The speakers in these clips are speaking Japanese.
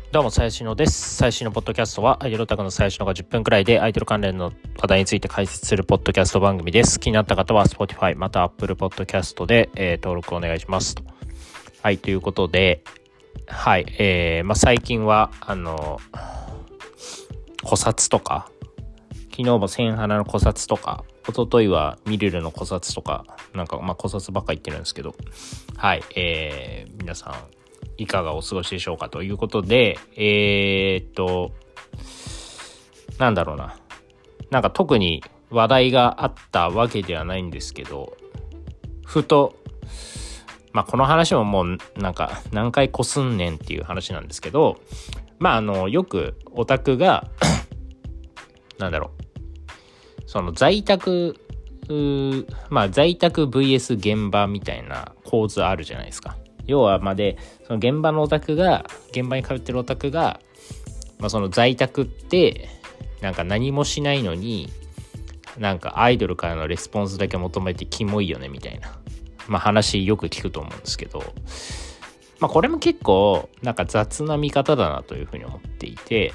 どうも、最新のです。最新のポッドキャストは、アイドルオタクの最新のが10分くらいでアイドル関連の話題について解説するポッドキャスト番組です。気になった方は Spotify また Apple Podcast で、登録お願いしますと。はい、ということで、はい、最近は古刹とか、昨日も千花の古刹とか、一昨日はミルルの古刹とか、古刹ばっか言ってるんですけど、はい、皆さんいかがお過ごしでしょうかということで、特に話題があったわけではないんですけど、ふと、この話ももう何回こすんねんっていう話なんですけど、よくオタクがその在宅 VS 現場みたいな構図あるじゃないですか。要はその現場に通ってるオタクが、その在宅って何もしないのにアイドルからのレスポンスだけ求めてキモいよねみたいな、話よく聞くと思うんですけど、これも結構雑な見方だなというふうに思っていて、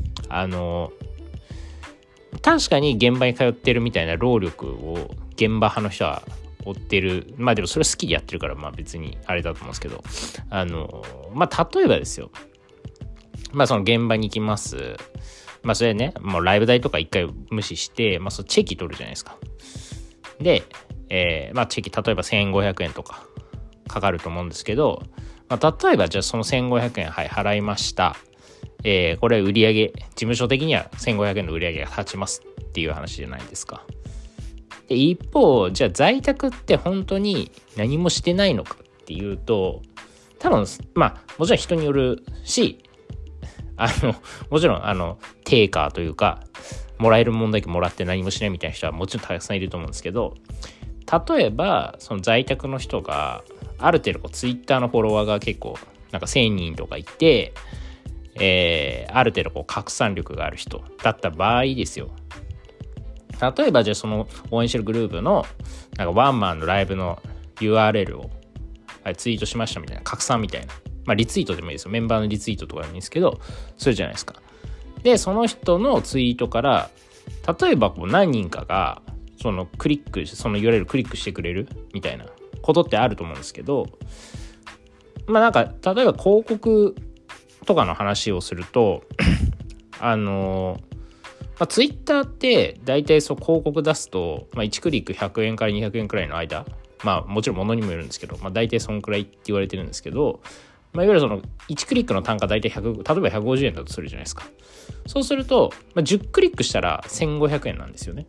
確かに現場に通ってるみたいな労力を現場派の人は追ってる。でもそれ好きでやってるから別にあれだと思うんですけど、例えばですよ、その現場に行きます。それね、もうライブ代とか一回無視して、そのチェキ取るじゃないですか。で、チェキ例えば1500円とかかかると思うんですけど、例えばじゃあその1500円払いました。これ売上事務所的には1500円の売上が立ちますっていう話じゃないですか。で一方、じゃあ在宅って本当に何もしてないのかっていうと、多分もちろん人によるし、もちろん定価というかもらえるもんだけもらって何もしないみたいな人はもちろんたくさんいると思うんですけど、例えばその在宅の人がある程度ツイッターのフォロワーが結構1000人とかいて、ある程度拡散力がある人だった場合ですよ。例えばじゃあその応援してるグループのワンマンのライブの URL をツイートしましたみたいな、拡散みたいな、リツイートでもいいですよ。メンバーのリツイートとかでもいいんですけど、それじゃないですか。でその人のツイートから例えば何人かがそのURL クリックしてくれるみたいなことってあると思うんですけど、例えば広告とかの話をするとツイッターって大体広告出すと、1クリック100円から200円くらいの間、もちろん物にもよるんですけど、大体そんくらいって言われてるんですけど、いわゆるその1クリックの単価大体例えば150円だとするじゃないですか。そうすると、10クリックしたら1500円なんですよね。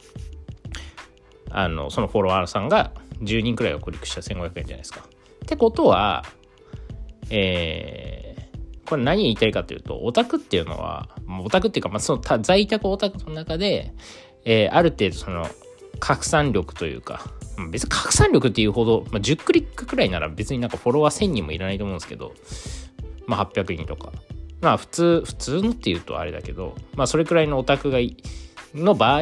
そのフォロワーさんが10人くらいをクリックしたら1500円じゃないですか。ってことは、これ何言いたいかというと、オタクっていうのは、オタクっていうか、その在宅オタクの中で、ある程度その拡散力というか、別に拡散力っていうほど、10クリックくらいなら別にフォロワー1000人もいらないと思うんですけど、800人とか、普通のっていうとあれだけど、それくらいのオタクの場合、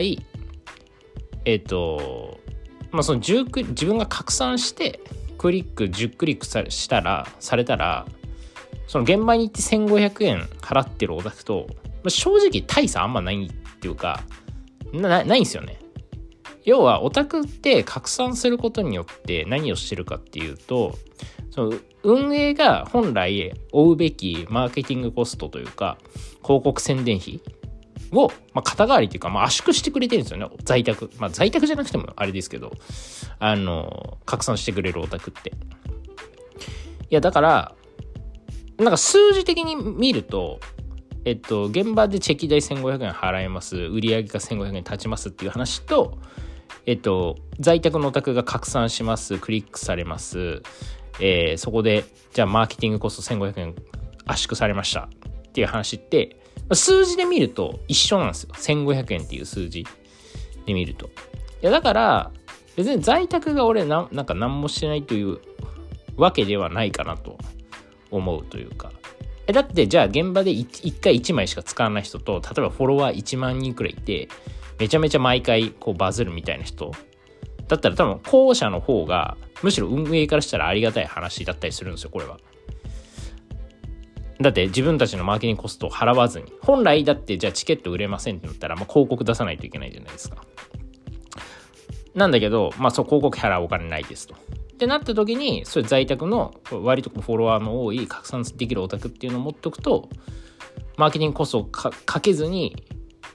その自分が拡散して10クリックされたら、その現場に行って1500円払ってるオタクと、正直大差あんまないっていうか、ないんですよね。要はオタクって拡散することによって何をしてるかっていうと、その運営が本来負うべきマーケティングコストというか広告宣伝費を、肩代わりというか、圧縮してくれてるんですよね。在宅じゃなくてもあれですけど、拡散してくれるオタクって。いやだから数字的に見ると、現場でチェキ代1500円払えます、売上が1500円立ちますっていう話と、在宅のオタクが拡散します、クリックされます、そこでじゃあマーケティングコスト1500円圧縮されましたっていう話って、数字で見ると一緒なんですよ。1500円っていう数字で見ると。いやだから別に在宅が俺何もしてないというわけではないかなと思うというか、だってじゃあ現場で1回1枚しか使わない人と、例えばフォロワー1万人くらいいてめちゃめちゃ毎回バズるみたいな人だったら、多分後者の方がむしろ運営からしたらありがたい話だったりするんですよ、これは。 だって自分たちのマーケティングコストを払わずに、本来だってじゃあチケット売れませんってなったら、広告出さないといけないじゃないですか。なんだけど、そう広告払うお金ないですと。ってなった時に、それ在宅の割とフォロワーの多い拡散できるオタクっていうのを持っておくと、マーケティングコストをかけずに、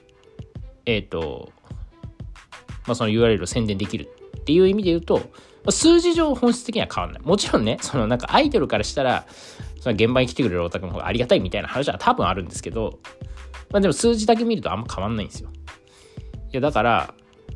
その URL を宣伝できるっていう意味で言うと、数字上本質的には変わらない。もちろんね、なんかアイドルからしたら、その現場に来てくれるオタクの方がありがたいみたいな話は多分あるんですけど、でも数字だけ見るとあんま変わんないんですよ。いやだから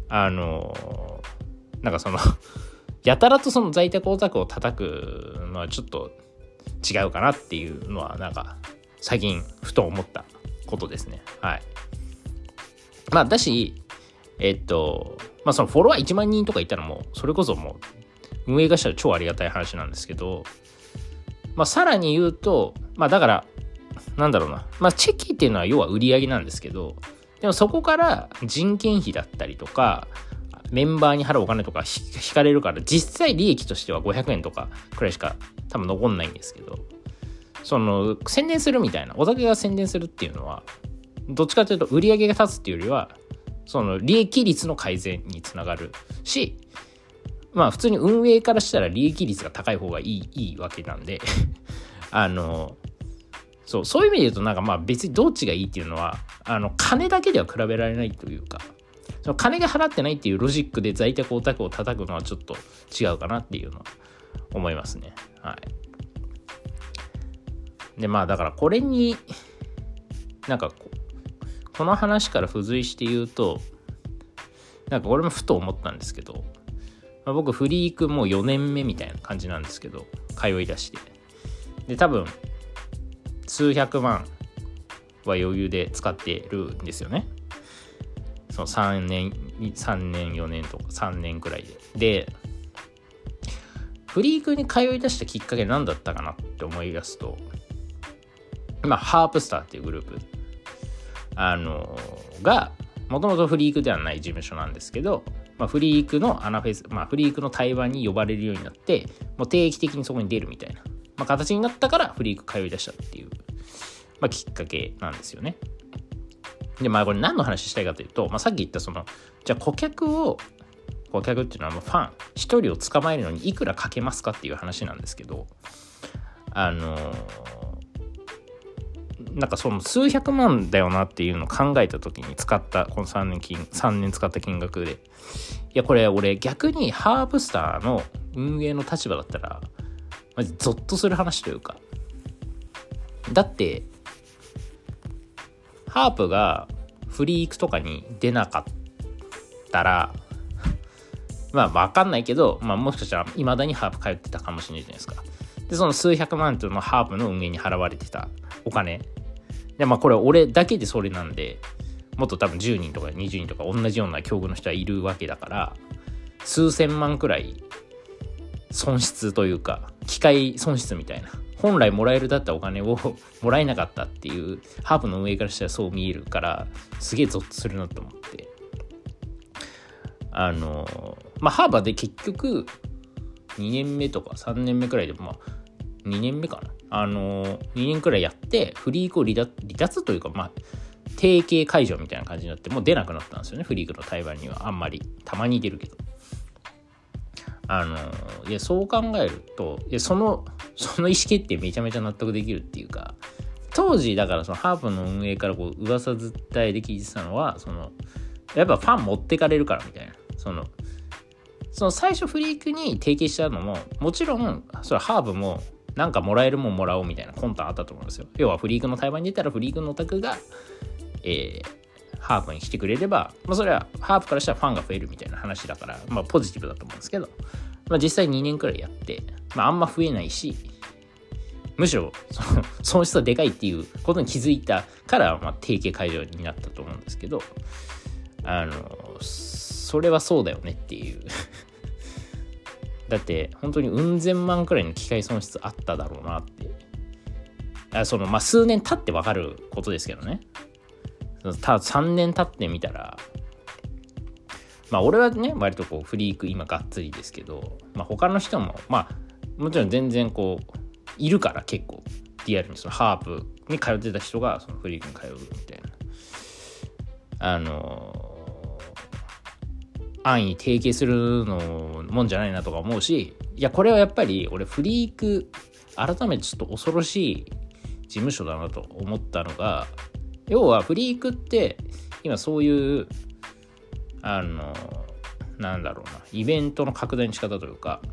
なんかやたらとその在宅オタクを叩くのはちょっと違うかなっていうのはなんか最近ふと思ったことですね。はい。だしそのフォロワー1万人とかいったらもうそれこそもう運営会社は超ありがたい話なんですけど、さらに言うとだからなんだろうな、チェキっていうのは要は売り上げなんですけど、でもそこから人件費だったりとかメンバーに払うお金とか引かれるから、実際利益としては500円とかくらいしか多分残んないんですけど、宣伝するみたいな、お酒が宣伝するっていうのはどっちかというと売り上げが立つっていうよりは利益率の改善につながるし、普通に運営からしたら利益率が高い方がいいわけなんでそういう意味で言うとなんか別にどっちがいいっていうのは金だけでは比べられないというか、金が払ってないっていうロジックで在宅オタクを叩くのはちょっと違うかなっていうのは思いますね。はい。でだからこれになんかこの話から付随して言うと、なんかこれもふと思ったんですけど、僕フリークもう4年目みたいな感じなんですけど、通い出してで多分数百万は余裕で使ってるんですよね。その3年4年とか3年くらいでフリークに通い出したきっかけ何だったかなって思い出すと、ハープスターっていうグループがもともとフリークではない事務所なんですけど、フリークのアナフェス、フリークの対バンに呼ばれるようになって、もう定期的にそこに出るみたいな、形になったからフリーク通い出したっていう、きっかけなんですよね。でこれ何の話したいかというと、さっき言ったじゃあ顧客っていうのはファン一人を捕まえるのにいくらかけますかっていう話なんですけど、なんか数百万だよなっていうのを考えた時に使ったこの3年使った金額で、いやこれ俺逆にハープスターの運営の立場だったらマジゾッとする話というか、だってハープがフリークとかに出なかったら分かんないけど、もしかしたら未だにハープ通ってたかもしれないじゃないですか。でその数百万っていうのはハープの運営に払われてたお金で、これ俺だけでそれなんで、もっと多分10人とか20人とか同じような境遇の人はいるわけだから、数千万くらい損失というか機械損失みたいな、本来もらえるだったお金をもらえなかったっていうハープの運営からしたらそう見えるから、すげえゾッとするなと思って、ハープで結局2年目とか3年目くらいで2年目かな、2年くらいやってフリークを離脱というか提携解除みたいな感じになって、もう出なくなったんですよね。フリークの対バンにはあんまり、たまに出るけど、いやそう考えると、いやその意思決定めちゃめちゃ納得できるっていうか、当時だからハープの運営から噂伝えで聞いてたのは、やっぱファン持ってかれるからみたいな、その最初フリークに提携したのももちろんそれハープもなんかもらえるもんもらおうみたいな魂胆あったと思うんですよ。要はフリークの対バンに出たらフリークのオタクが、ハープに来てくれれば、それはハープからしたらファンが増えるみたいな話だから、ポジティブだと思うんですけど、実際2年くらいやって、あんま増えないし、むしろ損失はでかいっていうことに気づいたから、提携解除になったと思うんですけど、それはそうだよねっていうだって本当にうん千万くらいの機械損失あっただろうなって、数年経って分かることですけどね。3年経ってみたら、俺はね割とフリーク今がっつりですけど、他の人ももちろん全然いるから結構リアルにそのハープに通ってた人がそのフリークに通うみたいな安易に提携するのもんじゃないなとか思うし、いやこれはやっぱり俺フリーク改めてちょっと恐ろしい事務所だなと思ったのが、要はフリークって今そういうなんだろうな、イベントの拡大の仕方というか、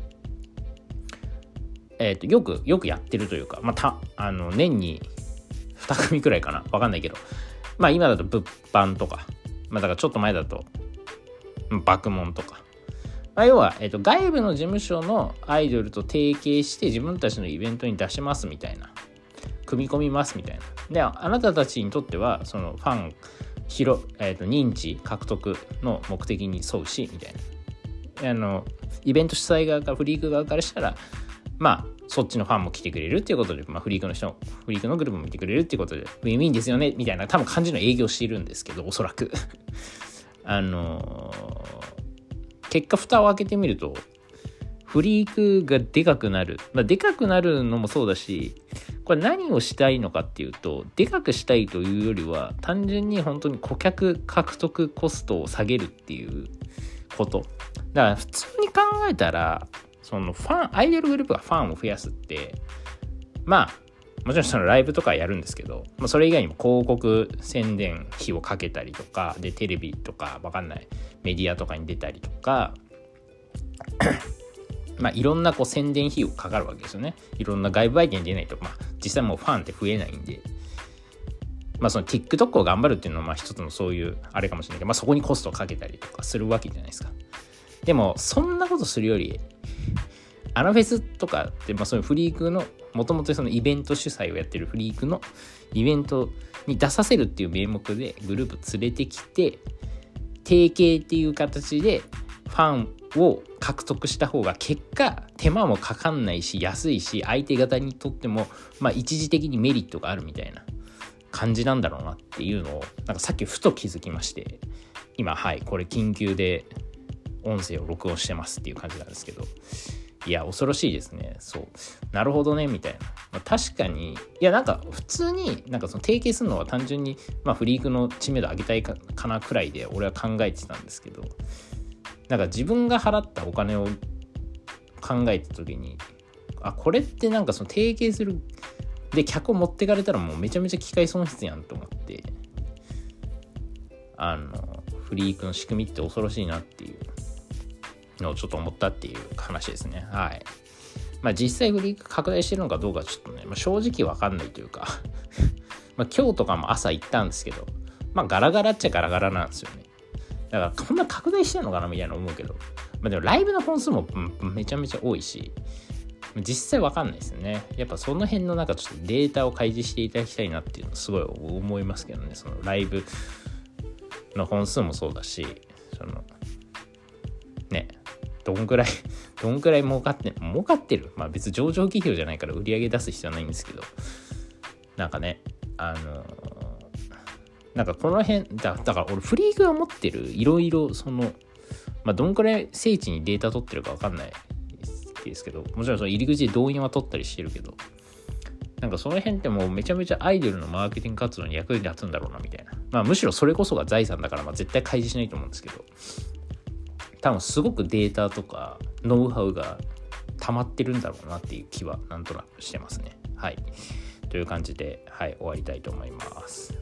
よくやってるというか、年に2組くらいかな、わかんないけど、今だと物販とか、だからちょっと前だと爆問とか、要は、外部の事務所のアイドルと提携して自分たちのイベントに出しますみたいな、組み込みますみたいな。で、あなたたちにとってはそのファン認知獲得の目的に沿うしみたいな、イベント主催側かフリーク側からしたらそっちのファンも来てくれるっていうことで、フリークのグループも見てくれるっていうことでウィンウィンですよねみたいな多分感じの営業しているんですけど、おそらく結果蓋を開けてみるとフリークがでかくなる、でかくなるのもそうだし、これ何をしたいのかっていうと、でかくしたいというよりは単純に本当に顧客獲得コストを下げるっていうこと。だから普通に考えたらそのアイドルグループがファンを増やすってもちろんそのライブとかやるんですけど、それ以外にも広告宣伝費をかけたりとかで、テレビとかわかんないメディアとかに出たりとかいろんな宣伝費用かかるわけですよね。いろんな外部相手に出ないと、実際もうファンって増えないんで、その TikTok を頑張るっていうのは一つのそういうあれかもしれないけど、そこにコストをかけたりとかするわけじゃないですか。でもそんなことするよりフェスとかって、そういうフリークのもともとそのイベント主催をやってるフリークのイベントに出させるっていう名目でグループ連れてきて提携っていう形でファンを獲得した方が結果手間もかかんないし安いし、相手方にとっても一時的にメリットがあるみたいな感じなんだろうなっていうのをさっきふと気づきまして、今これ緊急で音声を録音してますっていう感じなんですけど、いや恐ろしいですね。そうなるほどねみたいな、確かに普通にその提携するのは単純にフリークの知名度上げたいかなくらいで俺は考えてたんですけど、自分が払ったお金を考えた時にこれってその提携するで客を持ってかれたらもうめちゃめちゃ機会損失やんと思って、フリークの仕組みって恐ろしいなっていうのをちょっと思ったっていう話ですね。実際フリーク拡大してるのかどうかちょっとね、正直わかんないというか今日とかも朝行ったんですけど、ガラガラっちゃガラガラなんですよね。だからこんな拡大してんのかなみたいな思うけど、でもライブの本数もめちゃめちゃ多いし、実際わかんないですよね。やっぱその辺のちょっとデータを開示していただきたいなっていうのすごい思いますけどね。そのライブの本数もそうだし、そのね、どんくらい儲かってる、別に上場企業じゃないから売り上げ出す必要はないんですけど、この辺だから俺フリークが持ってるいろいろそのどんくらい精緻にデータ取ってるか分かんないですけど、もちろんその入り口で動員は取ったりしてるけど、その辺ってもうめちゃめちゃアイドルのマーケティング活動に役に立つんだろうなみたいな、むしろそれこそが財産だから絶対開示しないと思うんですけど、多分すごくデータとかノウハウが溜まってるんだろうなっていう気はなんとなくしてますね。という感じで終わりたいと思います。